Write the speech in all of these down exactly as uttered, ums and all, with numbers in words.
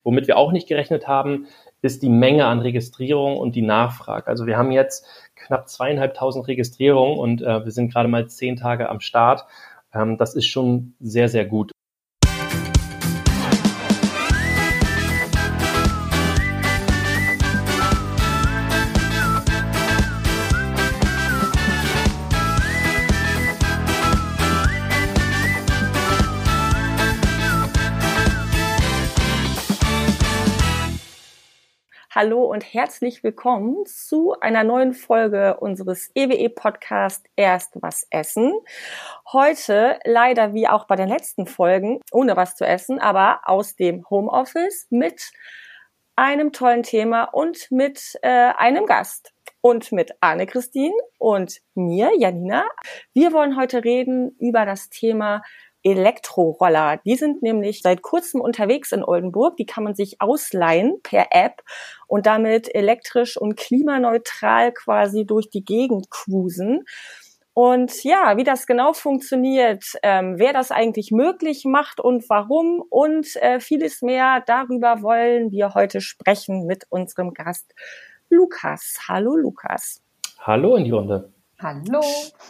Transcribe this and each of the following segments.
Womit wir auch nicht gerechnet haben, ist die Menge an Registrierung und die Nachfrage. Also wir haben jetzt knapp zweieinhalbtausend Registrierungen und äh, wir sind gerade mal zehn Tage am Start. Ähm, das ist schon sehr, sehr gut. Hallo und herzlich willkommen zu einer neuen Folge unseres E W E-Podcasts Erst was essen. Heute leider wie auch bei den letzten Folgen ohne was zu essen, aber aus dem Homeoffice mit einem tollen Thema und mit äh, einem Gast. Und mit Anne-Christine und mir, Janina. Wir wollen heute reden über das Thema Elektroroller. Die sind nämlich seit kurzem unterwegs in Oldenburg. Die kann man sich ausleihen per App und damit elektrisch und klimaneutral quasi durch die Gegend cruisen. Und ja, wie das genau funktioniert, ähm, wer das eigentlich möglich macht und warum und äh, vieles mehr, darüber wollen wir heute sprechen mit unserem Gast Lukas. Hallo Lukas. Hallo in die Runde. Hallo.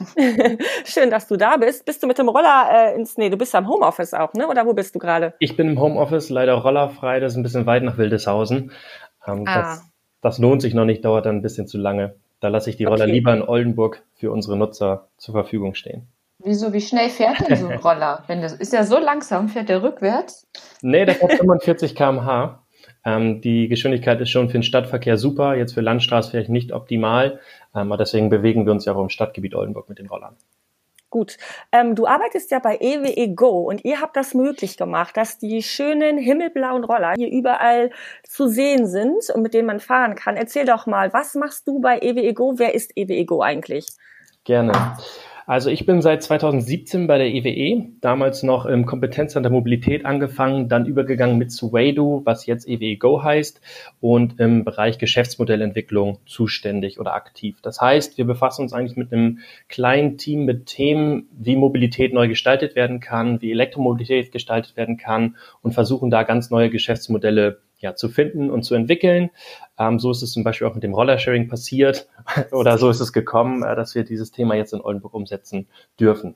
Schön, dass du da bist. Bist du mit dem Roller äh, ins, nee, du bist am Homeoffice auch, ne? Oder wo bist du gerade? Ich bin im Homeoffice, leider rollerfrei, das ist ein bisschen weit nach Wildeshausen. Ähm, ah. das, das lohnt sich noch nicht, dauert dann ein bisschen zu lange. Da lasse ich die Roller okay. lieber in Oldenburg für unsere Nutzer zur Verfügung stehen. Wieso, wie schnell fährt denn so ein Roller? Wenn das ist ja so langsam, fährt der rückwärts? Nee, der fährt fünfundvierzig Kilometer pro Stunde. Ähm, die Geschwindigkeit ist schon für den Stadtverkehr super, jetzt für Landstraße vielleicht nicht optimal, ähm, aber deswegen bewegen wir uns ja auch im Stadtgebiet Oldenburg mit den Rollern. Gut, ähm, du arbeitest ja bei E W E Go und ihr habt das möglich gemacht, dass die schönen himmelblauen Roller hier überall zu sehen sind und mit denen man fahren kann. Erzähl doch mal, was machst du bei E W E Go? Wer ist E W E Go eigentlich? Gerne. Also ich bin seit zweitausendsiebzehn bei der E W E, damals noch im Kompetenzcenter Mobilität angefangen, dann übergegangen mit Suedo, was jetzt E W E Go heißt, und im Bereich Geschäftsmodellentwicklung zuständig oder aktiv. Das heißt, wir befassen uns eigentlich mit einem kleinen Team mit Themen, wie Mobilität neu gestaltet werden kann, wie Elektromobilität gestaltet werden kann und versuchen da ganz neue Geschäftsmodelle ja, zu finden und zu entwickeln. Ähm, so ist es zum Beispiel auch mit dem Rollersharing passiert oder so ist es gekommen, äh, dass wir dieses Thema jetzt in Oldenburg umsetzen dürfen.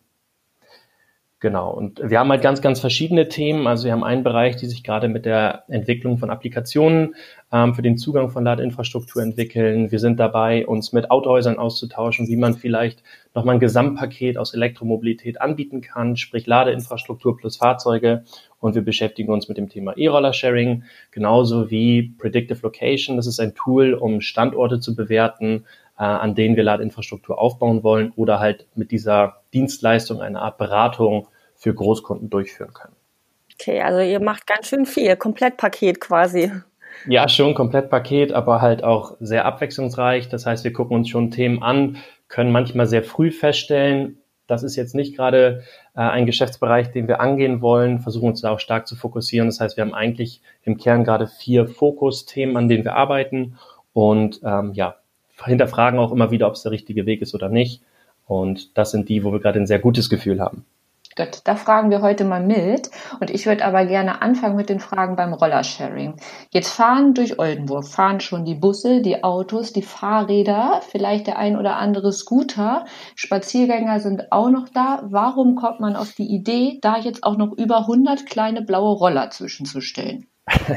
Genau, und wir haben halt ganz, ganz verschiedene Themen. Also wir haben einen Bereich, die sich gerade mit der Entwicklung von Applikationen ähm, für den Zugang von Ladeinfrastruktur entwickeln. Wir sind dabei, uns mit Autohäusern auszutauschen, wie man vielleicht nochmal ein Gesamtpaket aus Elektromobilität anbieten kann, sprich Ladeinfrastruktur plus Fahrzeuge. Und wir beschäftigen uns mit dem Thema E-Roller-Sharing, genauso wie Predictive Location. Das ist ein Tool, um Standorte zu bewerten, äh, an denen wir Ladeinfrastruktur aufbauen wollen oder halt mit dieser Dienstleistung eine Art Beratung für Großkunden durchführen können. Okay, also ihr macht ganz schön viel, Komplettpaket quasi. Ja, schon Komplettpaket, aber halt auch sehr abwechslungsreich. Das heißt, wir gucken uns schon Themen an, können manchmal sehr früh feststellen, das ist jetzt nicht gerade äh, ein Geschäftsbereich, den wir angehen wollen, versuchen uns da auch stark zu fokussieren. Das heißt, wir haben eigentlich im Kern gerade vier Fokusthemen, an denen wir arbeiten und ähm, ja, hinterfragen auch immer wieder, ob es der richtige Weg ist oder nicht. Und das sind die, wo wir gerade ein sehr gutes Gefühl haben. Gut, da fragen wir heute mal mit. Und ich würde aber gerne anfangen mit den Fragen beim Rollersharing. Jetzt fahren durch Oldenburg, fahren schon die Busse, die Autos, die Fahrräder, vielleicht der ein oder andere Scooter. Spaziergänger sind auch noch da. Warum kommt man auf die Idee, da jetzt auch noch über hundert kleine blaue Roller zwischenzustellen?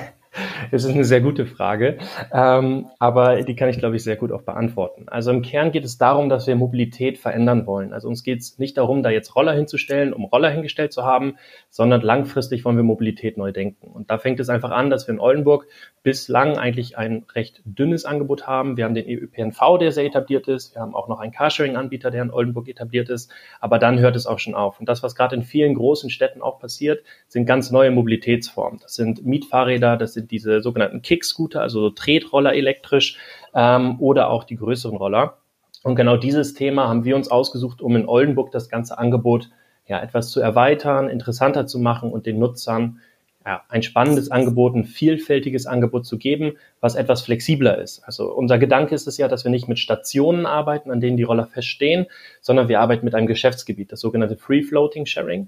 Das ist eine sehr gute Frage, ähm, aber die kann ich, glaube ich, sehr gut auch beantworten. Also im Kern geht es darum, dass wir Mobilität verändern wollen. Also uns geht es nicht darum, da jetzt Roller hinzustellen, um Roller hingestellt zu haben, sondern langfristig wollen wir Mobilität neu denken. Und da fängt es einfach an, dass wir in Oldenburg bislang eigentlich ein recht dünnes Angebot haben. Wir haben den E Ö P N V, der sehr etabliert ist. Wir haben auch noch einen Carsharing-Anbieter, der in Oldenburg etabliert ist. Aber dann hört es auch schon auf. Und das, was gerade in vielen großen Städten auch passiert, sind ganz neue Mobilitätsformen. Das sind Mietfahrräder, das sind diese sogenannten Kick-Scooter, also so Tretroller elektrisch ähm, oder auch die größeren Roller. Und genau dieses Thema haben wir uns ausgesucht, um in Oldenburg das ganze Angebot ja etwas zu erweitern, interessanter zu machen und den Nutzern ja, ein spannendes Angebot, ein vielfältiges Angebot zu geben, was etwas flexibler ist. Also unser Gedanke ist es ja, dass wir nicht mit Stationen arbeiten, an denen die Roller feststehen, sondern wir arbeiten mit einem Geschäftsgebiet, das sogenannte Free Floating Sharing.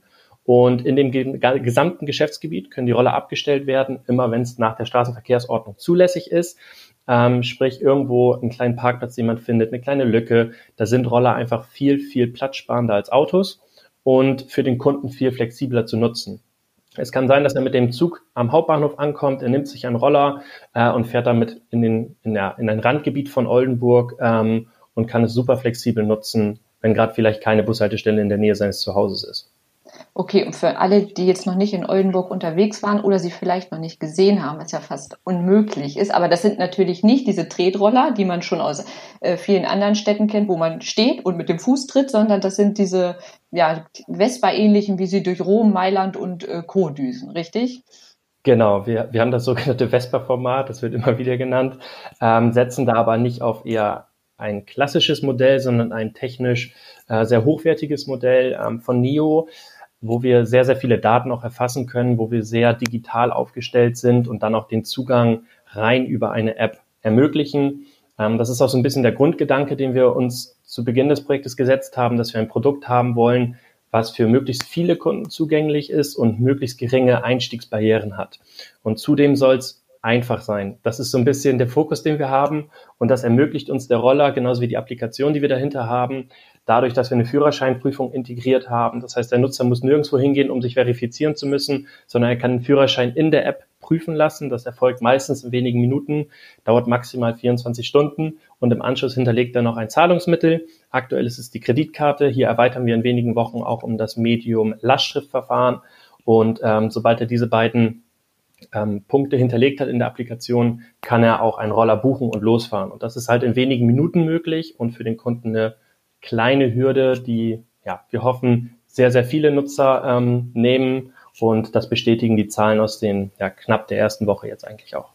Und in dem ge- gesamten Geschäftsgebiet können die Roller abgestellt werden, immer wenn es nach der Straßenverkehrsordnung zulässig ist. Ähm, sprich, irgendwo einen kleinen Parkplatz, den man findet, eine kleine Lücke. Da sind Roller einfach viel, viel platzsparender als Autos und für den Kunden viel flexibler zu nutzen. Es kann sein, dass er mit dem Zug am Hauptbahnhof ankommt, er nimmt sich einen Roller äh, und fährt damit in, den, in, der, in ein Randgebiet von Oldenburg ähm, und kann es super flexibel nutzen, wenn gerade vielleicht keine Bushaltestelle in der Nähe seines Zuhauses ist. Okay, und für alle, die jetzt noch nicht in Oldenburg unterwegs waren oder sie vielleicht noch nicht gesehen haben, was ja fast unmöglich ist, aber das sind natürlich nicht diese Tretroller, die man schon aus äh, vielen anderen Städten kennt, wo man steht und mit dem Fuß tritt, sondern das sind diese ja, Vespa-ähnlichen, wie sie durch Rom, Mailand und äh, Co. düsen, richtig? Genau, wir, wir haben das sogenannte Vespa-Format, das wird immer wieder genannt, ähm, setzen da aber nicht auf eher ein klassisches Modell, sondern ein technisch äh, sehr hochwertiges Modell ähm, von NIO, wo wir sehr, sehr viele Daten auch erfassen können, wo wir sehr digital aufgestellt sind und dann auch den Zugang rein über eine App ermöglichen. Ähm, das ist auch so ein bisschen der Grundgedanke, den wir uns zu Beginn des Projektes gesetzt haben, dass wir ein Produkt haben wollen, was für möglichst viele Kunden zugänglich ist und möglichst geringe Einstiegsbarrieren hat. Und zudem soll es einfach sein. Das ist so ein bisschen der Fokus, den wir haben, und das ermöglicht uns der Roller, genauso wie die Applikation, die wir dahinter haben, dadurch, dass wir eine Führerscheinprüfung integriert haben. Das heißt, der Nutzer muss nirgendwo hingehen, um sich verifizieren zu müssen, sondern er kann den Führerschein in der App prüfen lassen. Das erfolgt meistens in wenigen Minuten, dauert maximal vierundzwanzig Stunden und im Anschluss hinterlegt er noch ein Zahlungsmittel. Aktuell ist es die Kreditkarte. Hier erweitern wir in wenigen Wochen auch um das Medium Lastschriftverfahren, und ähm, sobald er diese beiden ähm, Punkte hinterlegt hat in der Applikation, kann er auch einen Roller buchen und losfahren. Und das ist halt in wenigen Minuten möglich und für den Kunden eine kleine Hürde, die, ja, wir hoffen, sehr, sehr viele Nutzer ähm, nehmen, und das bestätigen die Zahlen aus den, ja, knapp der ersten Woche jetzt eigentlich auch.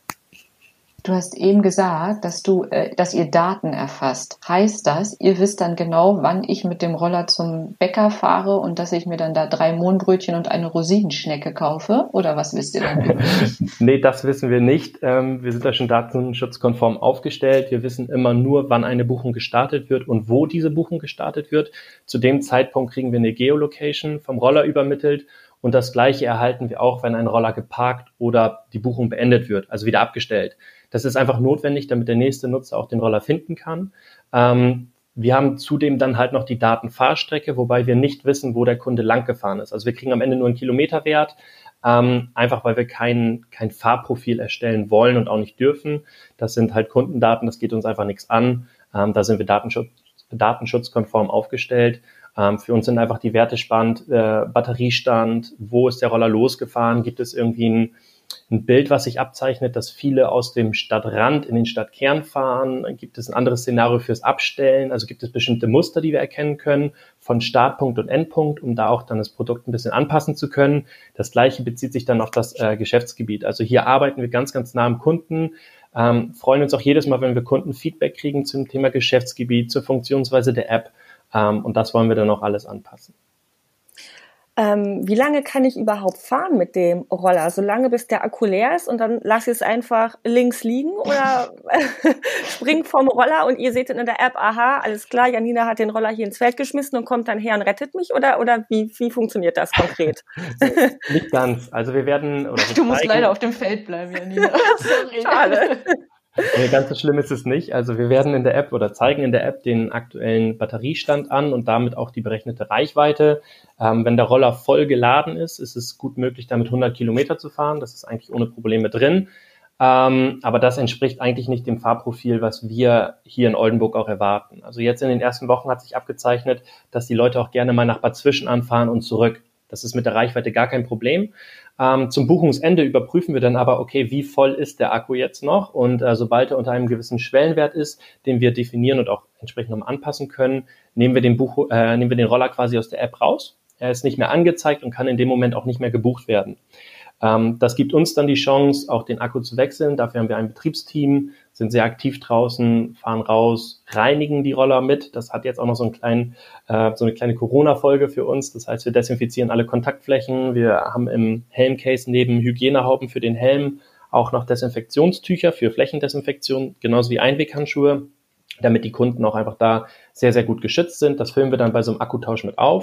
Du hast eben gesagt, dass du, äh, dass ihr Daten erfasst. Heißt das, ihr wisst dann genau, wann ich mit dem Roller zum Bäcker fahre und dass ich mir dann da drei Mohnbrötchen und eine Rosinenschnecke kaufe? Oder was wisst ihr dann? Nee, das wissen wir nicht. Ähm, wir sind da schon datenschutzkonform aufgestellt. Wir wissen immer nur, wann eine Buchung gestartet wird und wo diese Buchung gestartet wird. Zu dem Zeitpunkt kriegen wir eine Geolocation vom Roller übermittelt. Und das Gleiche erhalten wir auch, wenn ein Roller geparkt oder die Buchung beendet wird, also wieder abgestellt. Das ist einfach notwendig, damit der nächste Nutzer auch den Roller finden kann. Ähm, wir haben zudem dann halt noch die Datenfahrstrecke, wobei wir nicht wissen, wo der Kunde lang gefahren ist. Also wir kriegen am Ende nur einen Kilometerwert, ähm, einfach weil wir kein, kein Fahrprofil erstellen wollen und auch nicht dürfen. Das sind halt Kundendaten, das geht uns einfach nichts an. Ähm, da sind wir Datenschutz, datenschutzkonform aufgestellt. Ähm, für uns sind einfach die Werte spannend, äh, Batteriestand, wo ist der Roller losgefahren, gibt es irgendwie ein, ein Bild, was sich abzeichnet, dass viele aus dem Stadtrand in den Stadtkern fahren, gibt es ein anderes Szenario fürs Abstellen, also gibt es bestimmte Muster, die wir erkennen können von Startpunkt und Endpunkt, um da auch dann das Produkt ein bisschen anpassen zu können. Das Gleiche bezieht sich dann auf das äh, Geschäftsgebiet. Also hier arbeiten wir ganz, ganz nah am Kunden, ähm, freuen uns auch jedes Mal, wenn wir Kundenfeedback kriegen zum Thema Geschäftsgebiet, zur Funktionsweise der App. Um, und das wollen wir dann auch alles anpassen. Ähm, wie lange kann ich überhaupt fahren mit dem Roller? Solange bis der Akku leer ist und dann lasse ich es einfach links liegen oder springt vom Roller und ihr seht in der App, aha, alles klar, Janina hat den Roller hier ins Feld geschmissen und kommt dann her und rettet mich, oder, oder wie, wie funktioniert das konkret? Nicht ganz. Also wir werden... Oder wir du musst leider auf dem Feld bleiben, Janina. Sorry. Schade. Nee, ganz so schlimm ist es nicht. Also wir werden in der App oder zeigen in der App den aktuellen Batteriestand an und damit auch die berechnete Reichweite. Ähm, wenn der Roller voll geladen ist, ist es gut möglich, damit hundert Kilometer zu fahren. Das ist eigentlich ohne Probleme drin. Ähm, aber das entspricht eigentlich nicht dem Fahrprofil, was wir hier in Oldenburg auch erwarten. Also jetzt in den ersten Wochen hat sich abgezeichnet, dass die Leute auch gerne mal nach Bad Zwischen anfahren und zurück. Das ist mit der Reichweite gar kein Problem. Ähm, zum Buchungsende überprüfen wir dann aber, okay, wie voll ist der Akku jetzt noch? Und äh, sobald er unter einem gewissen Schwellenwert ist, den wir definieren und auch entsprechend nochmal anpassen können, nehmen wir den Buch, äh, nehmen wir den Roller quasi aus der App raus. Er ist nicht mehr angezeigt und kann in dem Moment auch nicht mehr gebucht werden. Ähm, das gibt uns dann die Chance, auch den Akku zu wechseln. Dafür haben wir ein Betriebsteam, sind sehr aktiv draußen, fahren raus, reinigen die Roller mit. Das hat jetzt auch noch so, einen kleinen, äh, so eine kleine Corona-Folge für uns. Das heißt, wir desinfizieren alle Kontaktflächen. Wir haben im Helmcase neben Hygienehauben für den Helm auch noch Desinfektionstücher für Flächendesinfektion, genauso wie Einweghandschuhe, damit die Kunden auch einfach da sehr, sehr gut geschützt sind. Das filmen wir dann bei so einem Akkutausch mit auf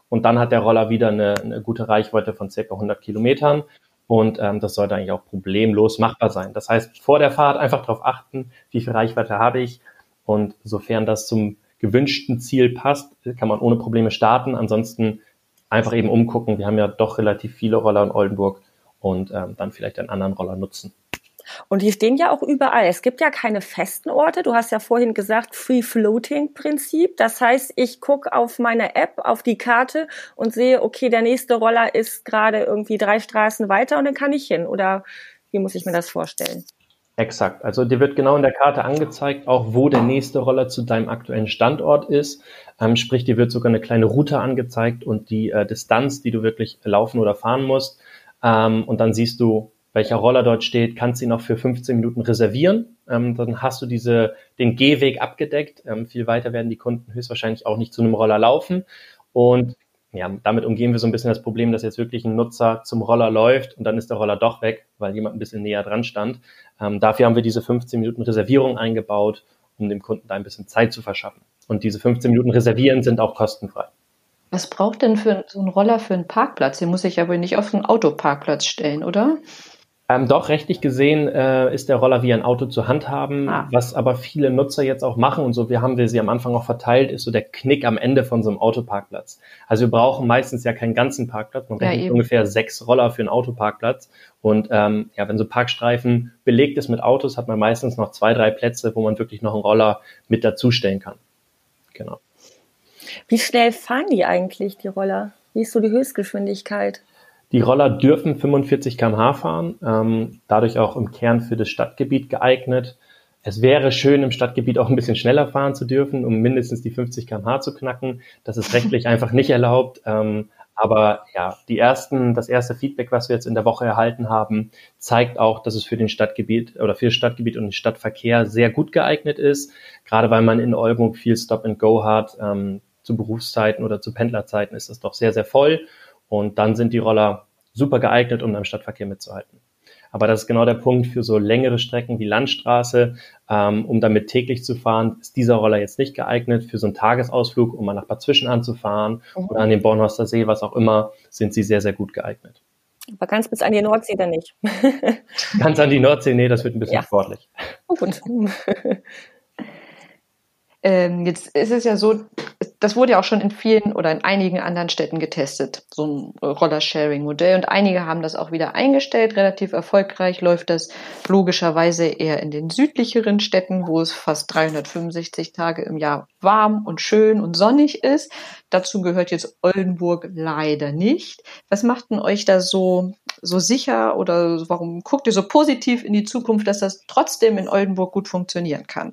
und dann hat der Roller wieder eine, eine gute Reichweite von circa hundert Kilometern und ähm, das sollte eigentlich auch problemlos machbar sein. Das heißt, vor der Fahrt einfach darauf achten, wie viel Reichweite habe ich, und sofern das zum gewünschten Ziel passt, kann man ohne Probleme starten. Ansonsten einfach eben umgucken. Wir haben ja doch relativ viele Roller in Oldenburg und ähm, dann vielleicht einen anderen Roller nutzen. Und die stehen ja auch überall. Es gibt ja keine festen Orte. Du hast ja vorhin gesagt, Free-Floating-Prinzip. Das heißt, ich gucke auf meine App, auf die Karte und sehe, okay, der nächste Roller ist gerade irgendwie drei Straßen weiter und dann kann ich hin. Oder wie muss ich mir das vorstellen? Exakt. Also dir wird genau in der Karte angezeigt, auch wo der nächste Roller zu deinem aktuellen Standort ist. Ähm, sprich, dir wird sogar eine kleine Route angezeigt und die äh, Distanz, die du wirklich laufen oder fahren musst. Ähm, und dann siehst du, welcher Roller dort steht, kannst ihn auch für fünfzehn Minuten reservieren. Ähm, dann hast du diese, den Gehweg abgedeckt. Ähm, viel weiter werden die Kunden höchstwahrscheinlich auch nicht zu einem Roller laufen. Und ja, damit umgehen wir so ein bisschen das Problem, dass jetzt wirklich ein Nutzer zum Roller läuft und dann ist der Roller doch weg, weil jemand ein bisschen näher dran stand. Ähm, dafür haben wir diese fünfzehn Minuten Reservierung eingebaut, um dem Kunden da ein bisschen Zeit zu verschaffen. Und diese fünfzehn Minuten reservieren sind auch kostenfrei. Was braucht denn für so ein Roller für einen Parkplatz? Den muss ich aber nicht auf einen Autoparkplatz stellen, oder? Ähm, doch, rechtlich gesehen äh, ist der Roller wie ein Auto zu handhaben, Ah. was aber viele Nutzer jetzt auch machen und so, wir haben wir sie am Anfang auch verteilt, ist so der Knick am Ende von so einem Autoparkplatz. Also wir brauchen meistens ja keinen ganzen Parkplatz, man Ja, rechnet eben. ungefähr sechs Roller für einen Autoparkplatz und ähm, ja, wenn so Parkstreifen belegt ist mit Autos, hat man meistens noch zwei, drei Plätze, wo man wirklich noch einen Roller mit dazustellen kann. Genau. Wie schnell fahren die eigentlich, die Roller? Wie ist so die Höchstgeschwindigkeit? Die Roller dürfen fünfundvierzig Kilometer pro Stunde fahren, ähm, dadurch auch im Kern für das Stadtgebiet geeignet. Es wäre schön, im Stadtgebiet auch ein bisschen schneller fahren zu dürfen, um mindestens die fünfzig Kilometer pro Stunde zu knacken. Das ist rechtlich einfach nicht erlaubt. Ähm, aber ja, die ersten, das erste Feedback, was wir jetzt in der Woche erhalten haben, zeigt auch, dass es für den Stadtgebiet oder für das Stadtgebiet und den Stadtverkehr sehr gut geeignet ist. Gerade weil man in Oldenburg viel Stop and Go hat, ähm, zu Berufszeiten oder zu Pendlerzeiten ist das doch sehr, sehr voll. Und dann sind die Roller super geeignet, um am Stadtverkehr mitzuhalten. Aber das ist genau der Punkt für so längere Strecken wie Landstraße, ähm, um damit täglich zu fahren, ist dieser Roller jetzt nicht geeignet. Für so einen Tagesausflug, um mal nach Bad Zwischenahn zu fahren Mhm. oder an den Bornhorster See, was auch immer, sind sie sehr, sehr gut geeignet. Aber ganz bis an die Nordsee dann nicht. Ganz an die Nordsee, nee, das wird ein bisschen Ja. sportlich. Gut. Ähm, jetzt ist es ja so, das wurde ja auch schon in vielen oder in einigen anderen Städten getestet, so ein Roller-Sharing-Modell. Und einige haben das auch wieder eingestellt. Relativ erfolgreich läuft das logischerweise eher in den südlicheren Städten, wo es fast dreihundertfünfundsechzig Tage im Jahr warm und schön und sonnig ist. Dazu gehört jetzt Oldenburg leider nicht. Was macht denn euch da so, so sicher oder warum guckt ihr so positiv in die Zukunft, dass das trotzdem in Oldenburg gut funktionieren kann?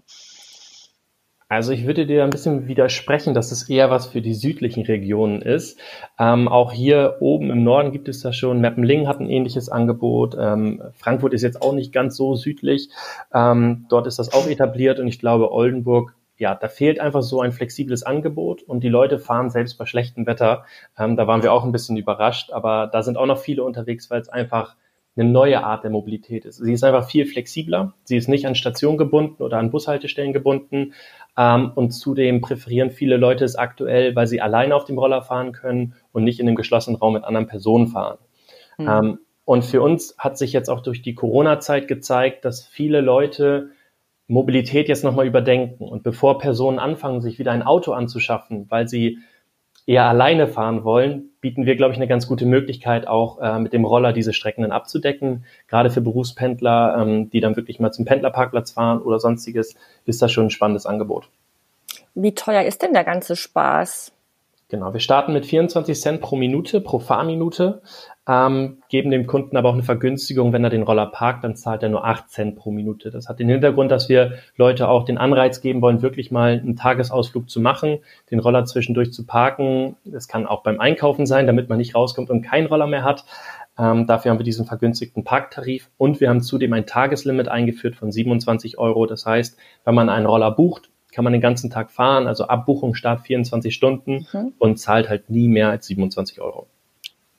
Also ich würde dir ein bisschen widersprechen, dass es eher was für die südlichen Regionen ist. Ähm, auch hier oben im Norden gibt es das schon. Meppenlingen hat ein ähnliches Angebot. Ähm, Frankfurt ist jetzt auch nicht ganz so südlich. Ähm, dort ist das auch etabliert und ich glaube Oldenburg, ja, da fehlt einfach so ein flexibles Angebot und die Leute fahren selbst bei schlechtem Wetter. Ähm, da waren wir auch ein bisschen überrascht, aber da sind auch noch viele unterwegs, weil es einfach eine neue Art der Mobilität ist. Sie ist einfach viel flexibler. Sie ist nicht an Stationen gebunden oder an Bushaltestellen gebunden. Ähm, und zudem präferieren viele Leute es aktuell, weil sie alleine auf dem Roller fahren können und nicht in einem geschlossenen Raum mit anderen Personen fahren. Mhm. Ähm, und für uns hat sich jetzt auch durch die Corona-Zeit gezeigt, dass viele Leute Mobilität jetzt nochmal überdenken. Und bevor Personen anfangen, sich wieder ein Auto anzuschaffen, weil sie eher alleine fahren wollen, bieten wir, glaube ich, eine ganz gute Möglichkeit, auch äh, mit dem Roller diese Strecken dann abzudecken. Gerade für Berufspendler, ähm, die dann wirklich mal zum Pendlerparkplatz fahren oder sonstiges, ist das schon ein spannendes Angebot. Wie teuer ist denn der ganze Spaß? Genau, wir starten mit vierundzwanzig Cent pro Minute, pro Fahrminute, ähm, geben dem Kunden aber auch eine Vergünstigung. Wenn er den Roller parkt, dann zahlt er nur acht Cent pro Minute. Das hat den Hintergrund, dass wir Leute auch den Anreiz geben wollen, wirklich mal einen Tagesausflug zu machen, den Roller zwischendurch zu parken. Das kann auch beim Einkaufen sein, damit man nicht rauskommt und keinen Roller mehr hat. Ähm, dafür haben wir diesen vergünstigten Parktarif und wir haben zudem ein Tageslimit eingeführt von siebenundzwanzig Euro. Das heißt, wenn man einen Roller bucht, kann man den ganzen Tag fahren, also Abbuchung, Start vierundzwanzig Stunden mhm. und zahlt halt nie mehr als siebenundzwanzig Euro.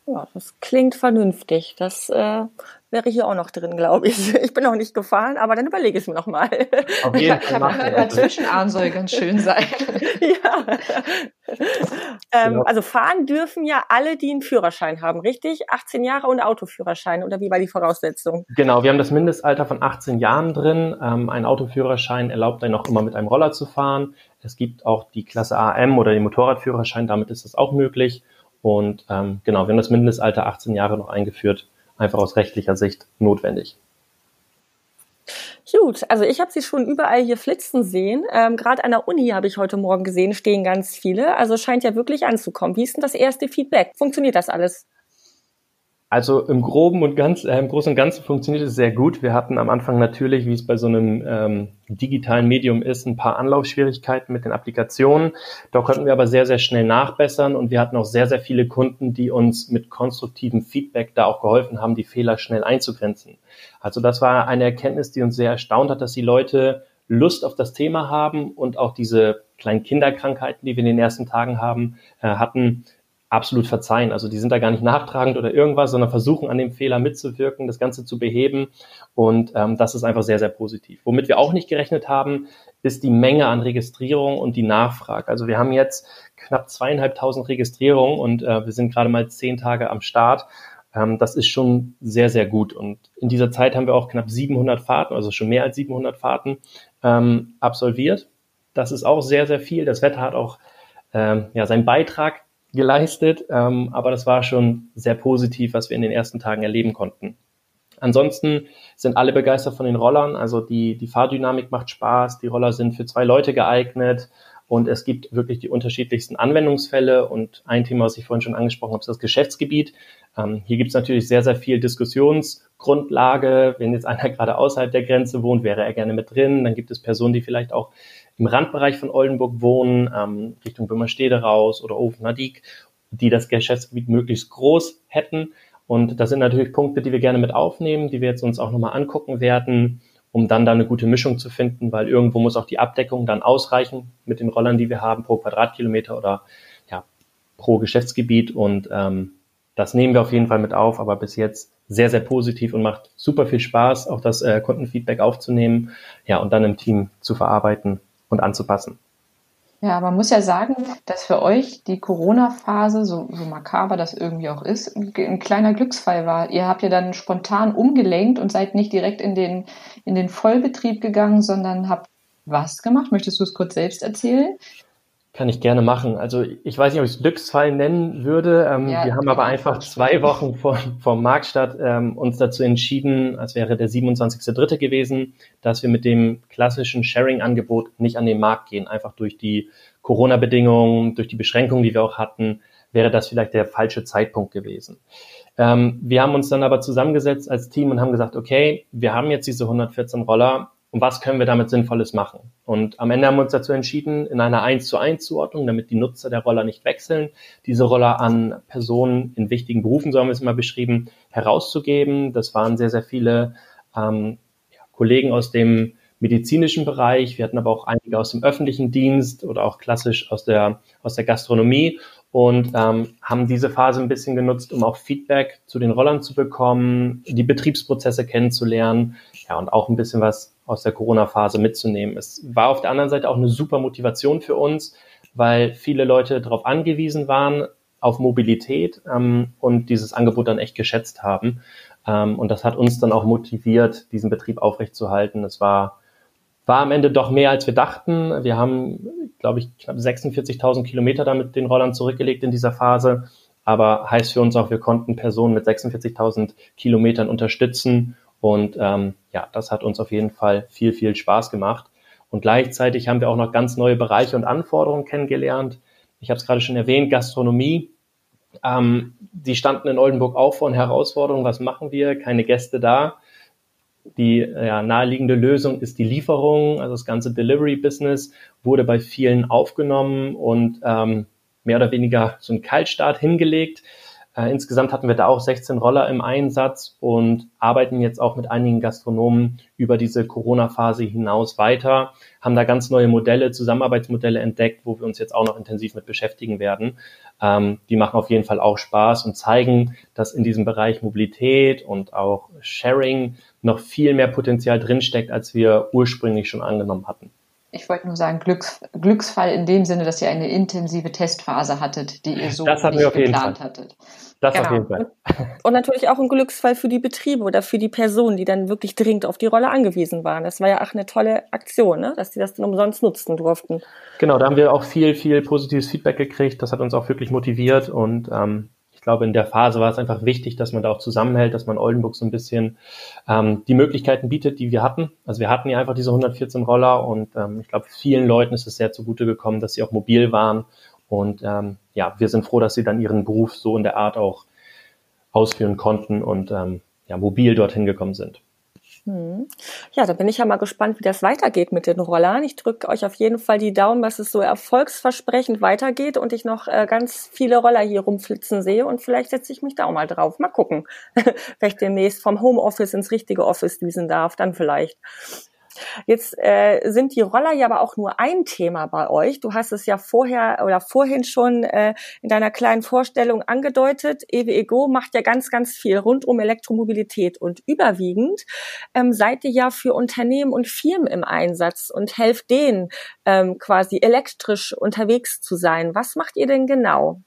Ja, das klingt vernünftig. Das äh, wäre hier auch noch drin, glaube ich. Ich bin noch nicht gefahren, aber dann überlege ich es mir nochmal. Auf jeden Fall machen. Ja, Zwischenahn soll ganz schön sein. Ja. ähm, Genau. Also fahren dürfen ja alle, die einen Führerschein haben, richtig? achtzehn Jahre und Autoführerschein, oder wie war die Voraussetzung? Genau, wir haben das Mindestalter von achtzehn Jahren drin. Ähm, ein Autoführerschein erlaubt einen auch immer mit einem Roller zu fahren. Es gibt auch die Klasse A M oder den Motorradführerschein, damit ist das auch möglich. Und ähm, genau, wir haben das Mindestalter achtzehn Jahre noch eingeführt, einfach aus rechtlicher Sicht notwendig. Gut, also ich habe sie schon überall hier flitzen sehen. Ähm, Gerade an der Uni habe ich heute Morgen gesehen, stehen ganz viele. Also scheint ja wirklich anzukommen. Wie ist denn das erste Feedback? Funktioniert das alles? Also im Groben und ganz, äh, im Großen und Ganzen funktioniert es sehr gut. Wir hatten am Anfang natürlich, wie es bei so einem ähm, digitalen Medium ist, ein paar Anlaufschwierigkeiten mit den Applikationen. Da konnten wir aber sehr, sehr schnell nachbessern und wir hatten auch sehr, sehr viele Kunden, die uns mit konstruktivem Feedback da auch geholfen haben, die Fehler schnell einzugrenzen. Also das war eine Erkenntnis, die uns sehr erstaunt hat, dass die Leute Lust auf das Thema haben und auch diese kleinen Kinderkrankheiten, die wir in den ersten Tagen haben, äh, hatten, absolut verzeihen. Also die sind da gar nicht nachtragend oder irgendwas, sondern versuchen an dem Fehler mitzuwirken, das Ganze zu beheben. Und ähm, das ist einfach sehr, sehr positiv. Womit wir auch nicht gerechnet haben, ist die Menge an Registrierung und die Nachfrage. Also wir haben jetzt knapp zweieinhalbtausend Registrierungen und äh, wir sind gerade mal zehn Tage am Start. Ähm, das ist schon sehr, sehr gut. Und in dieser Zeit haben wir auch knapp siebenhundert Fahrten, also schon mehr als siebenhundert Fahrten ähm, absolviert. Das ist auch sehr, sehr viel. Das Wetter hat auch ähm, ja, seinen Beitrag geleistet, ähm, aber das war schon sehr positiv, was wir in den ersten Tagen erleben konnten. Ansonsten sind alle begeistert von den Rollern, also die, die Fahrdynamik macht Spaß, die Roller sind für zwei Leute geeignet und es gibt wirklich die unterschiedlichsten Anwendungsfälle und ein Thema, was ich vorhin schon angesprochen habe, ist das Geschäftsgebiet. Ähm, hier gibt es natürlich sehr, sehr viel Diskussionsgrundlage. Wenn jetzt einer gerade außerhalb der Grenze wohnt, wäre er gerne mit drin. Dann gibt es Personen, die vielleicht auch im Randbereich von Oldenburg wohnen, ähm, Richtung Böhmerstede raus oder Ofener Diek, die das Geschäftsgebiet möglichst groß hätten. Und das sind natürlich Punkte, die wir gerne mit aufnehmen, die wir jetzt uns auch nochmal angucken werden, um dann da eine gute Mischung zu finden, weil irgendwo muss auch die Abdeckung dann ausreichen mit den Rollern, die wir haben, pro Quadratkilometer oder ja pro Geschäftsgebiet. Und ähm, das nehmen wir auf jeden Fall mit auf, aber bis jetzt sehr, sehr positiv und macht super viel Spaß, auch das äh, Kundenfeedback aufzunehmen, ja, und dann im Team zu verarbeiten und anzupassen. Ja, man muss ja sagen, dass für euch die Corona-Phase, so, so makaber das irgendwie auch ist, ein, ein kleiner Glücksfall war. Ihr habt ja dann spontan umgelenkt und seid nicht direkt in den, in den Vollbetrieb gegangen, sondern habt was gemacht? Möchtest du es kurz selbst erzählen? Kann ich gerne machen. Also ich weiß nicht, ob ich es Glücksfall nennen würde. Ähm, Ja, wir haben aber einfach zwei Wochen vor, vor Marktstart ähm, uns dazu entschieden, als wäre der siebenundzwanzigster dritte gewesen, dass wir mit dem klassischen Sharing-Angebot nicht an den Markt gehen. Einfach durch die Corona-Bedingungen, durch die Beschränkungen, die wir auch hatten, wäre das vielleicht der falsche Zeitpunkt gewesen. Ähm, wir haben uns dann aber zusammengesetzt als Team und haben gesagt, okay, wir haben jetzt diese hundertvierzehn Roller. Und was können wir damit Sinnvolles machen? Und am Ende haben wir uns dazu entschieden, in einer eins zu eins Zuordnung, damit die Nutzer der Roller nicht wechseln, diese Roller an Personen in wichtigen Berufen, so haben wir es immer beschrieben, herauszugeben. Das waren sehr, sehr viele ähm, ja, Kollegen aus dem medizinischen Bereich. Wir hatten aber auch einige aus dem öffentlichen Dienst oder auch klassisch aus der, aus der Gastronomie und ähm, haben diese Phase ein bisschen genutzt, um auch Feedback zu den Rollern zu bekommen, die Betriebsprozesse kennenzulernen, ja, und auch ein bisschen was aus der Corona-Phase mitzunehmen. Es war auf der anderen Seite auch eine super Motivation für uns, weil viele Leute darauf angewiesen waren, auf Mobilität ähm, und dieses Angebot dann echt geschätzt haben. Ähm, und das hat uns dann auch motiviert, diesen Betrieb aufrechtzuerhalten. Es war, war am Ende doch mehr, als wir dachten. Wir haben, glaube ich, knapp sechsundvierzigtausend Kilometer damit den Rollern zurückgelegt in dieser Phase. Aber heißt für uns auch, wir konnten Personen mit sechsundvierzigtausend Kilometern unterstützen. Und ähm, ja, das hat uns auf jeden Fall viel, viel Spaß gemacht. Und gleichzeitig haben wir auch noch ganz neue Bereiche und Anforderungen kennengelernt. Ich habe es gerade schon erwähnt, Gastronomie. Ähm, die standen in Oldenburg auch vor einer Herausforderung. Was machen wir? Keine Gäste da. Die ja, naheliegende Lösung ist die Lieferung. Also das ganze Delivery-Business wurde bei vielen aufgenommen und ähm, mehr oder weniger so einen Kaltstart hingelegt. Äh, insgesamt hatten wir da auch sechzehn Roller im Einsatz und arbeiten jetzt auch mit einigen Gastronomen über diese Corona-Phase hinaus weiter, haben da ganz neue Modelle, Zusammenarbeitsmodelle entdeckt, wo wir uns jetzt auch noch intensiv mit beschäftigen werden. Ähm, die machen auf jeden Fall auch Spaß und zeigen, dass in diesem Bereich Mobilität und auch Sharing noch viel mehr Potenzial drinsteckt, als wir ursprünglich schon angenommen hatten. Ich wollte nur sagen, Glücks, Glücksfall in dem Sinne, dass ihr eine intensive Testphase hattet, die ihr so das hatten nicht wir auf jeden geplant Fall. hattet. Das Genau. auf jeden Fall. Und natürlich auch ein Glücksfall für die Betriebe oder für die Personen, die dann wirklich dringend auf die Rolle angewiesen waren. Das war ja auch eine tolle Aktion, ne? Dass die das dann umsonst nutzen durften. Genau, da haben wir auch viel, viel positives Feedback gekriegt. Das hat uns auch wirklich motiviert und ähm, ich glaube, in der Phase war es einfach wichtig, dass man da auch zusammenhält, dass man Oldenburg so ein bisschen ähm, die Möglichkeiten bietet, die wir hatten. Also wir hatten ja einfach diese hundertvierzehn Roller und ähm, ich glaube, vielen Leuten ist es sehr zugute gekommen, dass sie auch mobil waren. Und ähm, ja, wir sind froh, dass sie dann ihren Beruf so in der Art auch ausführen konnten und ähm, ja, mobil dorthin gekommen sind. Ja, da bin ich ja mal gespannt, wie das weitergeht mit den Rollern. Ich drücke euch auf jeden Fall die Daumen, dass es so erfolgsversprechend weitergeht und ich noch äh, ganz viele Roller hier rumflitzen sehe und vielleicht setze ich mich da auch mal drauf. Mal gucken, vielleicht demnächst vom Homeoffice ins richtige Office düsen darf, dann vielleicht. Jetzt äh, sind die Roller ja aber auch nur ein Thema bei euch. Du hast es ja vorher oder vorhin schon äh, in deiner kleinen Vorstellung angedeutet. E W E Go macht ja ganz, ganz viel rund um Elektromobilität und überwiegend ähm, seid ihr ja für Unternehmen und Firmen im Einsatz und helft denen ähm, quasi elektrisch unterwegs zu sein. Was macht ihr denn genau?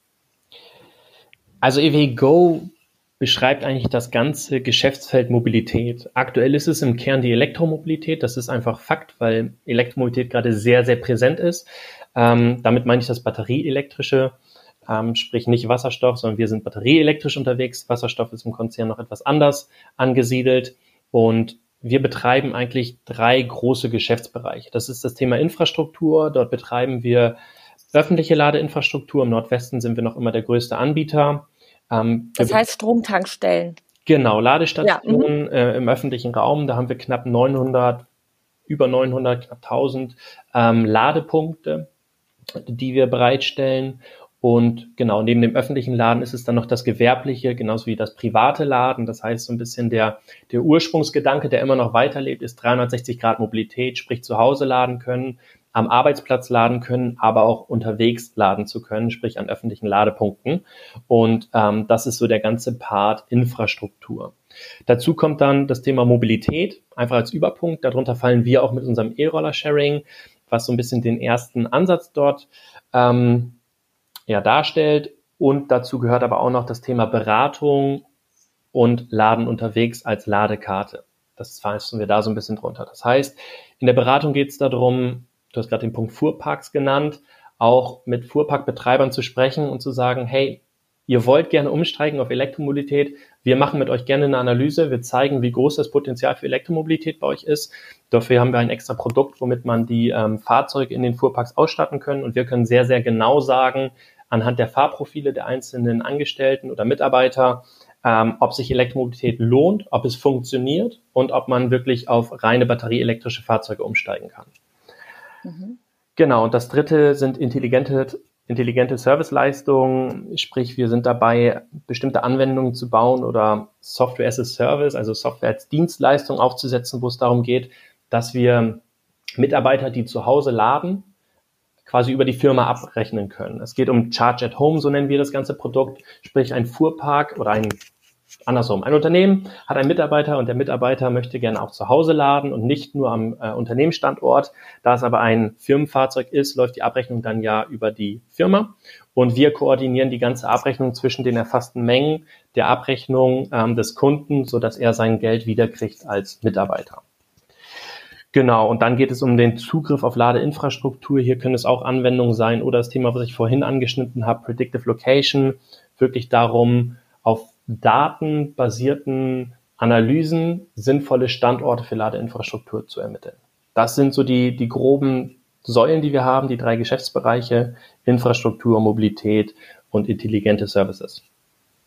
Also E W E Go beschreibt eigentlich das ganze Geschäftsfeld Mobilität. Aktuell ist es im Kern die Elektromobilität. Das ist einfach Fakt, weil Elektromobilität gerade sehr, sehr präsent ist. Ähm, damit meine ich das batterieelektrische, ähm, sprich nicht Wasserstoff, sondern wir sind batterieelektrisch unterwegs. Wasserstoff ist im Konzern noch etwas anders angesiedelt. Und wir betreiben eigentlich drei große Geschäftsbereiche. Das ist das Thema Infrastruktur. Dort betreiben wir öffentliche Ladeinfrastruktur. Im Nordwesten sind wir noch immer der größte Anbieter. Ähm, das heißt Stromtankstellen. Genau, Ladestationen ja, äh, im öffentlichen Raum. Da haben wir knapp neunhundert, über neunhundert, knapp tausend ähm, Ladepunkte, die wir bereitstellen. Und genau, neben dem öffentlichen Laden ist es dann noch das gewerbliche, genauso wie das private Laden. Das heißt, so ein bisschen der, der Ursprungsgedanke, der immer noch weiterlebt, ist dreihundertsechzig Grad Mobilität, sprich zu Hause laden können, am Arbeitsplatz laden können, aber auch unterwegs laden zu können, sprich an öffentlichen Ladepunkten. Und ähm, das ist so der ganze Part Infrastruktur. Dazu kommt dann das Thema Mobilität, einfach als Überpunkt. Darunter fallen wir auch mit unserem E-Roller-Sharing, was so ein bisschen den ersten Ansatz dort ähm, ja, darstellt. Und dazu gehört aber auch noch das Thema Beratung und Laden unterwegs als Ladekarte. Das fassen wir da so ein bisschen drunter. Das heißt, in der Beratung geht es darum, du hast gerade den Punkt Fuhrparks genannt, auch mit Fuhrparkbetreibern zu sprechen und zu sagen, hey, ihr wollt gerne umsteigen auf Elektromobilität, wir machen mit euch gerne eine Analyse, wir zeigen, wie groß das Potenzial für Elektromobilität bei euch ist. Dafür haben wir ein extra Produkt, womit man die ähm, Fahrzeuge in den Fuhrparks ausstatten können und wir können sehr, sehr genau sagen, anhand der Fahrprofile der einzelnen Angestellten oder Mitarbeiter, ähm, ob sich Elektromobilität lohnt, ob es funktioniert und ob man wirklich auf reine batterieelektrische Fahrzeuge umsteigen kann. Mhm. Genau, und das dritte sind intelligente, intelligente Serviceleistungen, sprich wir sind dabei, bestimmte Anwendungen zu bauen oder Software as a Service, also Software als Dienstleistung aufzusetzen, wo es darum geht, dass wir Mitarbeiter, die zu Hause laden, quasi über die Firma abrechnen können. Es geht um Charge at Home, so nennen wir das ganze Produkt, sprich ein Fuhrpark oder ein Andersrum. Ein Unternehmen hat einen Mitarbeiter und der Mitarbeiter möchte gerne auch zu Hause laden und nicht nur am äh, Unternehmensstandort. Da es aber ein Firmenfahrzeug ist, läuft die Abrechnung dann ja über die Firma und wir koordinieren die ganze Abrechnung zwischen den erfassten Mengen der Abrechnung ähm, des Kunden, sodass er sein Geld wiederkriegt als Mitarbeiter. Genau, und dann geht es um den Zugriff auf Ladeinfrastruktur. Hier können es auch Anwendungen sein oder das Thema, was ich vorhin angeschnitten habe, Predictive Location, wirklich darum, auf datenbasierten Analysen sinnvolle Standorte für Ladeinfrastruktur zu ermitteln. Das sind so die, die groben Säulen, die wir haben, die drei Geschäftsbereiche, Infrastruktur, Mobilität und intelligente Services.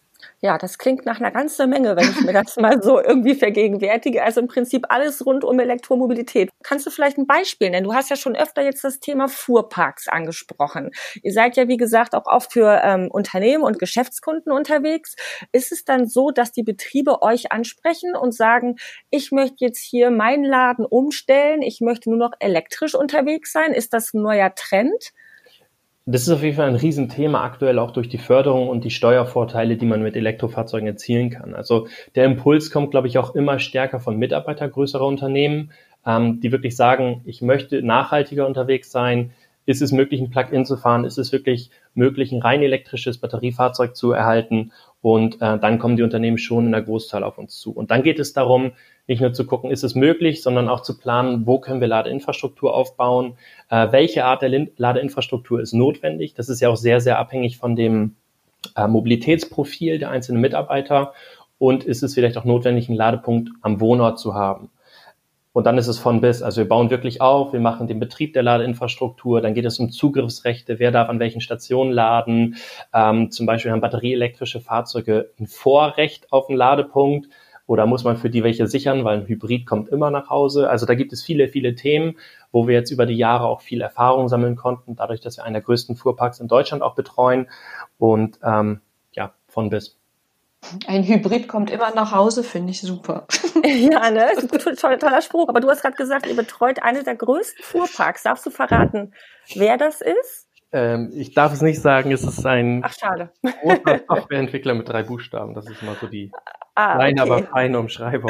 Ja, das klingt nach einer ganzen Menge, wenn ich mir das mal so irgendwie vergegenwärtige. Also im Prinzip alles rund um Elektromobilität. Kannst du vielleicht ein Beispiel nennen? Du hast ja schon öfter jetzt das Thema Fuhrparks angesprochen. Ihr seid ja, wie gesagt, auch oft für ähm, Unternehmen und Geschäftskunden unterwegs. Ist es dann so, dass die Betriebe euch ansprechen und sagen, ich möchte jetzt hier meinen Laden umstellen, ich möchte nur noch elektrisch unterwegs sein? Ist das ein neuer Trend? Das ist auf jeden Fall ein Riesenthema aktuell, auch durch die Förderung und die Steuervorteile, die man mit Elektrofahrzeugen erzielen kann. Also der Impuls kommt, glaube ich, auch immer stärker von Mitarbeitern größerer Unternehmen, ähm, die wirklich sagen, ich möchte nachhaltiger unterwegs sein. Ist es möglich, ein Plug-in zu fahren? Ist es wirklich möglich, ein rein elektrisches Batteriefahrzeug zu erhalten? Und äh, dann kommen die Unternehmen schon in der Großzahl auf uns zu. Und dann geht es darum, nicht nur zu gucken, ist es möglich, sondern auch zu planen, wo können wir Ladeinfrastruktur aufbauen, äh, welche Art der Ladeinfrastruktur ist notwendig. Das ist ja auch sehr, sehr abhängig von dem äh, Mobilitätsprofil der einzelnen Mitarbeiter. Und ist es vielleicht auch notwendig, einen Ladepunkt am Wohnort zu haben? Und dann ist es von bis. Also wir bauen wirklich auf, wir machen den Betrieb der Ladeinfrastruktur, dann geht es um Zugriffsrechte, wer darf an welchen Stationen laden. Ähm, zum Beispiel haben batterieelektrische Fahrzeuge ein Vorrecht auf einen Ladepunkt oder muss man für die welche sichern, weil ein Hybrid kommt immer nach Hause. Also da gibt es viele, viele Themen, wo wir jetzt über die Jahre auch viel Erfahrung sammeln konnten, dadurch, dass wir einen der größten Fuhrparks in Deutschland auch betreuen und ähm, ja, von bis. Ein Hybrid kommt immer nach Hause, finde ich super. Ja, ne? Das ist ein toller, toller Spruch. Aber du hast gerade gesagt, ihr betreut eine der größten Fuhrparks. Darfst du verraten, wer das ist? Ähm, ich darf es nicht sagen, es ist ein Ach, schade. großer Softwareentwickler mit drei Buchstaben. Das ist mal so die Ah, kleine, okay. aber feine Umschreibung.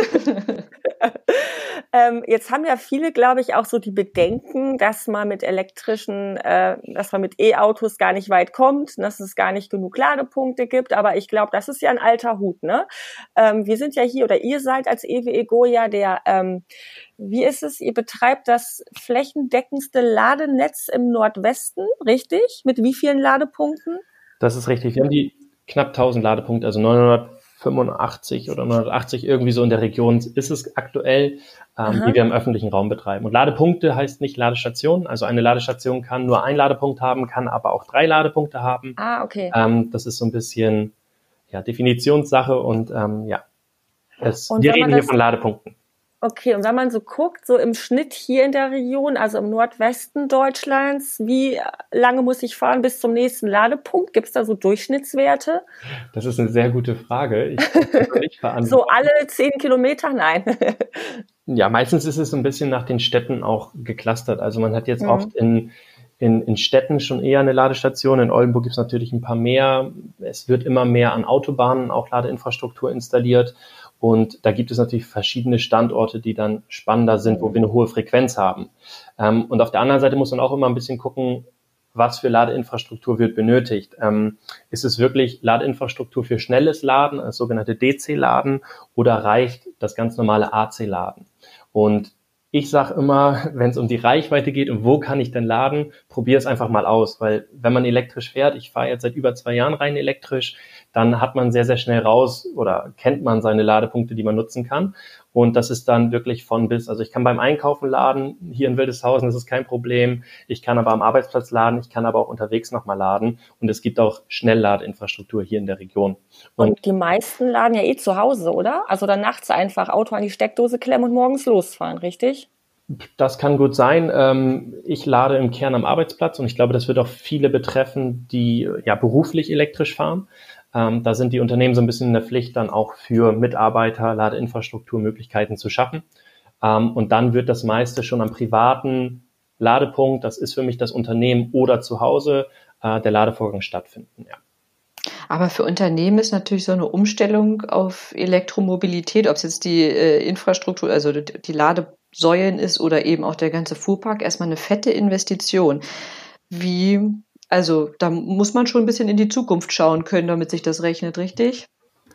Ähm, jetzt haben ja viele, glaube ich, auch so die Bedenken, dass man mit elektrischen, äh, dass man mit E-Autos gar nicht weit kommt, dass es gar nicht genug Ladepunkte gibt. Aber ich glaube, das ist ja ein alter Hut, ne? Ähm, wir sind ja hier, oder ihr seid als E W E Go ja der, ähm, wie ist es? Ihr betreibt das flächendeckendste Ladenetz im Nordwesten, richtig? Mit wie vielen Ladepunkten? Das ist richtig. Wir haben die knapp tausend Ladepunkte, also neunhundertfünfundachtzig oder neunhundertachtzig, irgendwie so in der Region ist es aktuell, ähm, die wir im öffentlichen Raum betreiben. Und Ladepunkte heißt nicht Ladestationen. Also eine Ladestation kann nur einen Ladepunkt haben, kann aber auch drei Ladepunkte haben. Ah, okay. Ähm, das ist so ein bisschen ja, Definitionssache und ähm, ja, es, Und wir wenn man reden hier das- von Ladepunkten. Okay, und wenn man so guckt, so im Schnitt hier in der Region, also im Nordwesten Deutschlands, wie lange muss ich fahren bis zum nächsten Ladepunkt? Gibt es da so Durchschnittswerte? Das ist eine sehr gute Frage. Ich kann das nicht beantworten. So alle zehn Kilometer? Nein. Ja, meistens ist es so ein bisschen nach den Städten auch geclustert. Also man hat jetzt Mhm. oft in, in, in Städten schon eher eine Ladestation. In Oldenburg gibt es natürlich ein paar mehr. Es wird immer mehr an Autobahnen auch Ladeinfrastruktur installiert. Und da gibt es natürlich verschiedene Standorte, die dann spannender sind, wo wir eine hohe Frequenz haben. Ähm, und auf der anderen Seite muss man auch immer ein bisschen gucken, was für Ladeinfrastruktur wird benötigt. Ähm, ist es wirklich Ladeinfrastruktur für schnelles Laden, das sogenannte D C-Laden, oder reicht das ganz normale A C-Laden? Und ich sage immer, wenn es um die Reichweite geht und wo kann ich denn laden, probier es einfach mal aus, weil wenn man elektrisch fährt, ich fahre jetzt seit über zwei Jahren rein elektrisch, dann hat man sehr, sehr schnell raus oder kennt man seine Ladepunkte, die man nutzen kann. Und das ist dann wirklich von bis. Also ich kann beim Einkaufen laden, hier in Wildeshausen, das ist kein Problem. Ich kann aber am Arbeitsplatz laden, ich kann aber auch unterwegs nochmal laden. Und es gibt auch Schnellladeinfrastruktur hier in der Region. Und, Und die meisten laden ja eh zu Hause, oder? Also dann nachts einfach Auto an die Steckdose klemmen und morgens losfahren, richtig? das kann gut sein. Ähm, Ich lade im Kern am Arbeitsplatz und ich glaube, das wird auch viele betreffen, die ja beruflich elektrisch fahren. Ähm, da sind die Unternehmen so ein bisschen in der Pflicht, dann auch für Mitarbeiter Ladeinfrastrukturmöglichkeiten zu schaffen. Ähm, und dann wird das meiste schon am privaten Ladepunkt, das ist für mich das Unternehmen oder zu Hause, äh, der Ladevorgang stattfinden. Ja. Aber für Unternehmen ist natürlich so eine Umstellung auf Elektromobilität, ob es jetzt die äh, Infrastruktur, also die, die Ladesäulen ist oder eben auch der ganze Fuhrpark, erstmal eine fette Investition. Wie, also da muss man schon ein bisschen in die Zukunft schauen können, damit sich das rechnet, richtig?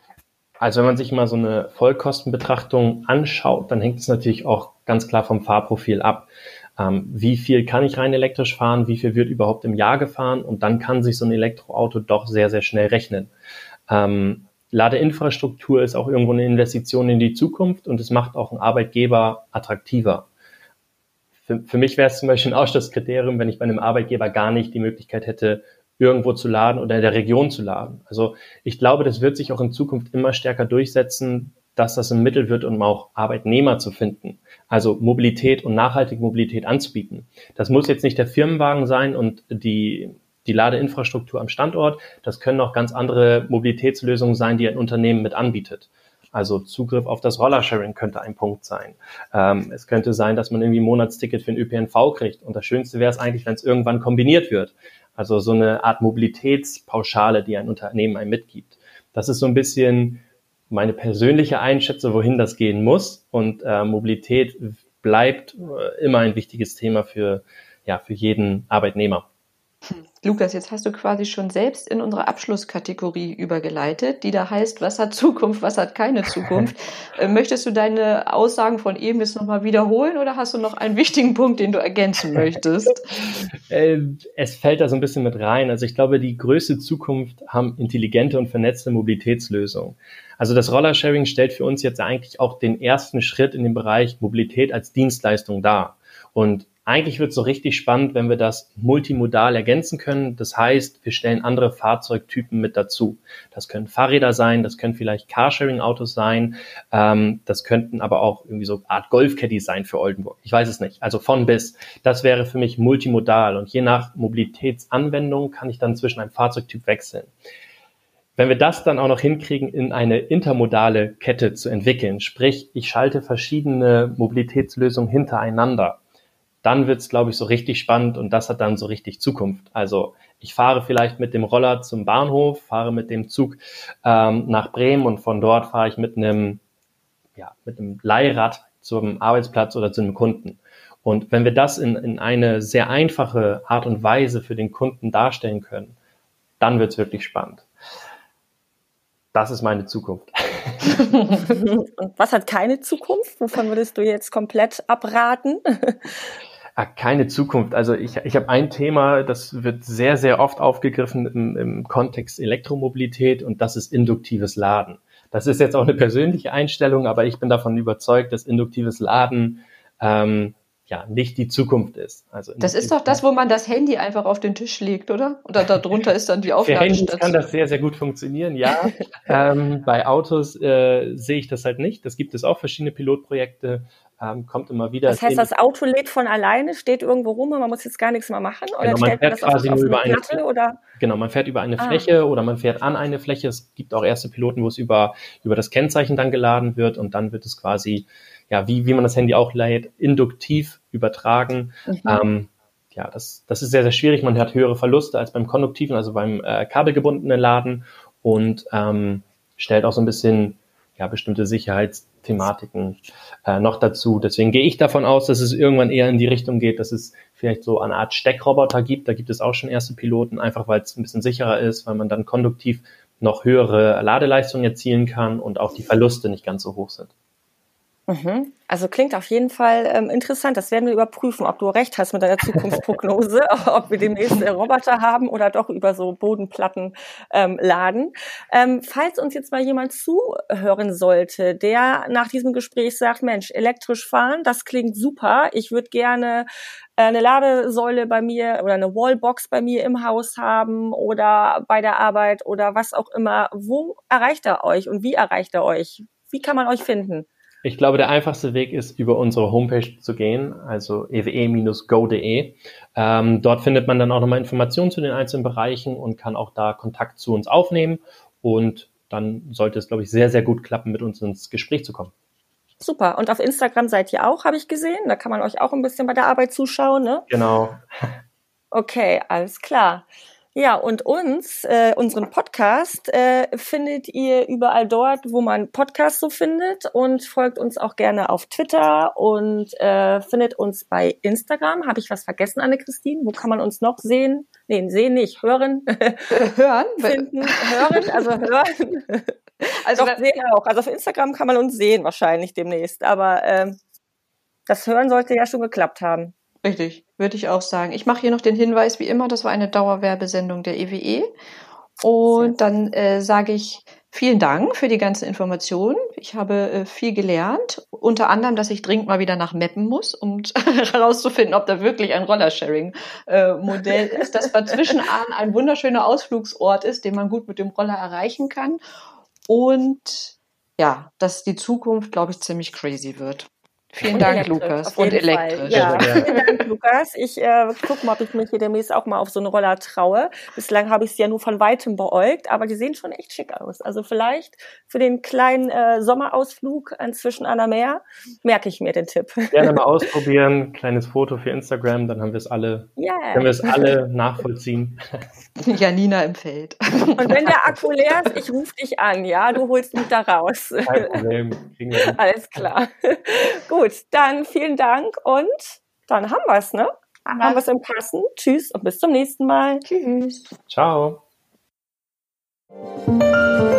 Also wenn man sich mal so eine Vollkostenbetrachtung anschaut, dann hängt es natürlich auch ganz klar vom Fahrprofil ab. Ähm, wie viel kann ich rein elektrisch fahren? Wie viel wird überhaupt im Jahr gefahren? Und dann kann sich so ein Elektroauto doch sehr, sehr schnell rechnen. Ähm, Ladeinfrastruktur ist auch irgendwo eine Investition in die Zukunft und es macht auch einen Arbeitgeber attraktiver. Für, für mich wäre es zum Beispiel ein Ausschlusskriterium, wenn ich bei einem Arbeitgeber gar nicht die Möglichkeit hätte, irgendwo zu laden oder in der Region zu laden. Also ich glaube, das wird sich auch in Zukunft immer stärker durchsetzen, dass das ein Mittel wird, um auch Arbeitnehmer zu finden. Also Mobilität und nachhaltige Mobilität anzubieten. Das muss jetzt nicht der Firmenwagen sein und die, die Ladeinfrastruktur am Standort. Das können auch ganz andere Mobilitätslösungen sein, die ein Unternehmen mit anbietet. Also Zugriff auf das Rollersharing könnte ein Punkt sein. Ähm, es könnte sein, dass man irgendwie ein Monatsticket für den Ö P N V kriegt. Und das Schönste wäre es eigentlich, wenn es irgendwann kombiniert wird. Also so eine Art Mobilitätspauschale, die ein Unternehmen einem mitgibt. Das ist so ein bisschen meine persönliche Einschätzung, wohin das gehen muss. Und äh, Mobilität bleibt äh, immer ein wichtiges Thema für, ja, für jeden Arbeitnehmer. Lukas, jetzt hast du quasi schon selbst in unsere Abschlusskategorie übergeleitet, die da heißt, was hat Zukunft, was hat keine Zukunft. Möchtest du deine Aussagen von eben jetzt nochmal wiederholen oder hast du noch einen wichtigen Punkt, den du ergänzen möchtest? Es fällt da so ein bisschen mit rein. Also ich glaube, die größte Zukunft haben intelligente und vernetzte Mobilitätslösungen. Also das Rollersharing stellt für uns jetzt eigentlich auch den ersten Schritt in dem Bereich Mobilität als Dienstleistung dar. Und eigentlich wird es so richtig spannend, wenn wir das multimodal ergänzen können. Das heißt, wir stellen andere Fahrzeugtypen mit dazu. Das können Fahrräder sein, das können vielleicht Carsharing-Autos sein, ähm, das könnten aber auch irgendwie so eine Art Golfcaddies sein für Oldenburg. Ich weiß es nicht. Also von bis. Das wäre für mich multimodal und je nach Mobilitätsanwendung kann ich dann zwischen einem Fahrzeugtyp wechseln. Wenn wir das dann auch noch hinkriegen, in eine intermodale Kette zu entwickeln, sprich, ich schalte verschiedene Mobilitätslösungen hintereinander, dann wird's, glaube ich, so richtig spannend und das hat dann so richtig Zukunft. Also ich fahre vielleicht mit dem Roller zum Bahnhof, fahre mit dem Zug ähm, nach Bremen und von dort fahre ich mit einem, ja, mit einem Leihrad zum Arbeitsplatz oder zu einem Kunden. Und wenn wir das in, in eine sehr einfache Art und Weise für den Kunden darstellen können, dann wird's wirklich spannend. Das ist meine Zukunft. Und was hat keine Zukunft? Wovon würdest du jetzt komplett abraten? Keine Zukunft. Also ich, ich habe ein Thema, das wird sehr, sehr oft aufgegriffen im, im Kontext Elektromobilität und das ist induktives Laden. Das ist jetzt auch eine persönliche Einstellung, aber ich bin davon überzeugt, dass induktives Laden ähm, ja nicht die Zukunft ist. Also das ist doch das, wo man das Handy einfach auf den Tisch legt, oder? Oder darunter ist dann die Aufladestation. Für Handys kann das sehr, sehr gut funktionieren, ja. ähm, bei Autos äh, sehe ich das halt nicht. Das gibt es auch verschiedene Pilotprojekte. Ähm, kommt immer wieder. Das heißt, das Auto lädt von alleine, steht irgendwo rum und man muss jetzt gar nichts mehr machen? Oder genau, man stellt fährt man das quasi auf, auf nur über eine eine Platte? Oder? Genau, man fährt über eine Ah. Fläche oder man fährt an eine Fläche. Es gibt auch erste Piloten, wo es über, über das Kennzeichen dann geladen wird und dann wird es quasi, ja, wie, wie man das Handy auch lädt, induktiv übertragen. Mhm. Ähm, ja, das, das ist sehr, sehr schwierig. Man hat höhere Verluste als beim konduktiven, also beim äh, kabelgebundenen Laden und ähm, stellt auch so ein bisschen ja, bestimmte Sicherheitsthematiken äh, noch dazu. Deswegen gehe ich davon aus, dass es irgendwann eher in die Richtung geht, dass es vielleicht so eine Art Steckroboter gibt. Da gibt es auch schon erste Piloten, einfach weil es ein bisschen sicherer ist, weil man dann konduktiv noch höhere Ladeleistungen erzielen kann und auch die Verluste nicht ganz so hoch sind. Mhm. Also klingt auf jeden Fall ähm, interessant. Das werden wir überprüfen, ob du recht hast mit deiner Zukunftsprognose, ob wir demnächst äh, Roboter haben oder doch über so Bodenplatten ähm, laden. Ähm, falls uns jetzt mal jemand zuhören sollte, der nach diesem Gespräch sagt, Mensch, elektrisch fahren, das klingt super. Ich würde gerne äh, eine Ladesäule bei mir oder eine Wallbox bei mir im Haus haben oder bei der Arbeit oder was auch immer. Wo erreicht er euch und wie erreicht er euch? Wie kann man euch finden? Ich glaube, der einfachste Weg ist, über unsere Homepage zu gehen, also e w e Bindestrich go Punkt de. Ähm, dort findet man dann auch nochmal Informationen zu den einzelnen Bereichen und kann auch da Kontakt zu uns aufnehmen. Und dann sollte es, glaube ich, sehr, sehr gut klappen, mit uns ins Gespräch zu kommen. Super. Und auf Instagram seid ihr auch, habe ich gesehen. Da kann man euch auch ein bisschen bei der Arbeit zuschauen, ne? Genau. Okay, alles klar. Ja, und uns, äh, unseren Podcast, äh, findet ihr überall dort, wo man Podcasts so findet und folgt uns auch gerne auf Twitter und äh, findet uns bei Instagram. Habe ich was vergessen, Anne-Christine? Wo kann man uns noch sehen? Nee, sehen nicht, hören. hören? Finden, hören, also hören. Also doch, sehen auch. Also auf Instagram kann man uns sehen wahrscheinlich demnächst, aber äh, das Hören sollte ja schon geklappt haben. Richtig, würde ich auch sagen. Ich mache hier noch den Hinweis, wie immer, das war eine Dauerwerbesendung der E W E. Und dann äh, sage ich Vielen Dank für die ganzen Informationen. Ich habe äh, viel gelernt. Unter anderem, dass ich dringend mal wieder nach Meppen muss, um herauszufinden, ob da wirklich ein Rollersharing-Modell äh, ist, das bei Zwischenahn ein wunderschöner Ausflugsort ist, den man gut mit dem Roller erreichen kann. Und ja, dass die Zukunft, glaube ich, ziemlich crazy wird. Vielen Und Dank, elektrisch, Lukas. auf jeden Und elektrisch. Fall. Ja, Sehr, sehr vielen Dank, Lukas. Ich äh, gucke mal, ob ich mich hier demnächst auch mal auf so einen Roller traue. Bislang habe ich sie ja nur von Weitem beäugt, aber die sehen schon echt schick aus. Also vielleicht für den kleinen äh, Sommerausflug inzwischen an der Meer merke ich mir den Tipp. Gerne mal ausprobieren, kleines Foto für Instagram, dann haben wir es alle, Yeah. können wir es alle nachvollziehen. Janina im Feld. Und wenn der Akku leer ist, ich rufe dich an, ja, du holst mich da raus. Kein Problem. Kriegen wir hin. Alles klar. Gut, dann vielen Dank und dann haben wir es, ne? Haben wir es im Kasten. Tschüss und bis zum nächsten Mal. Tschüss. Ciao.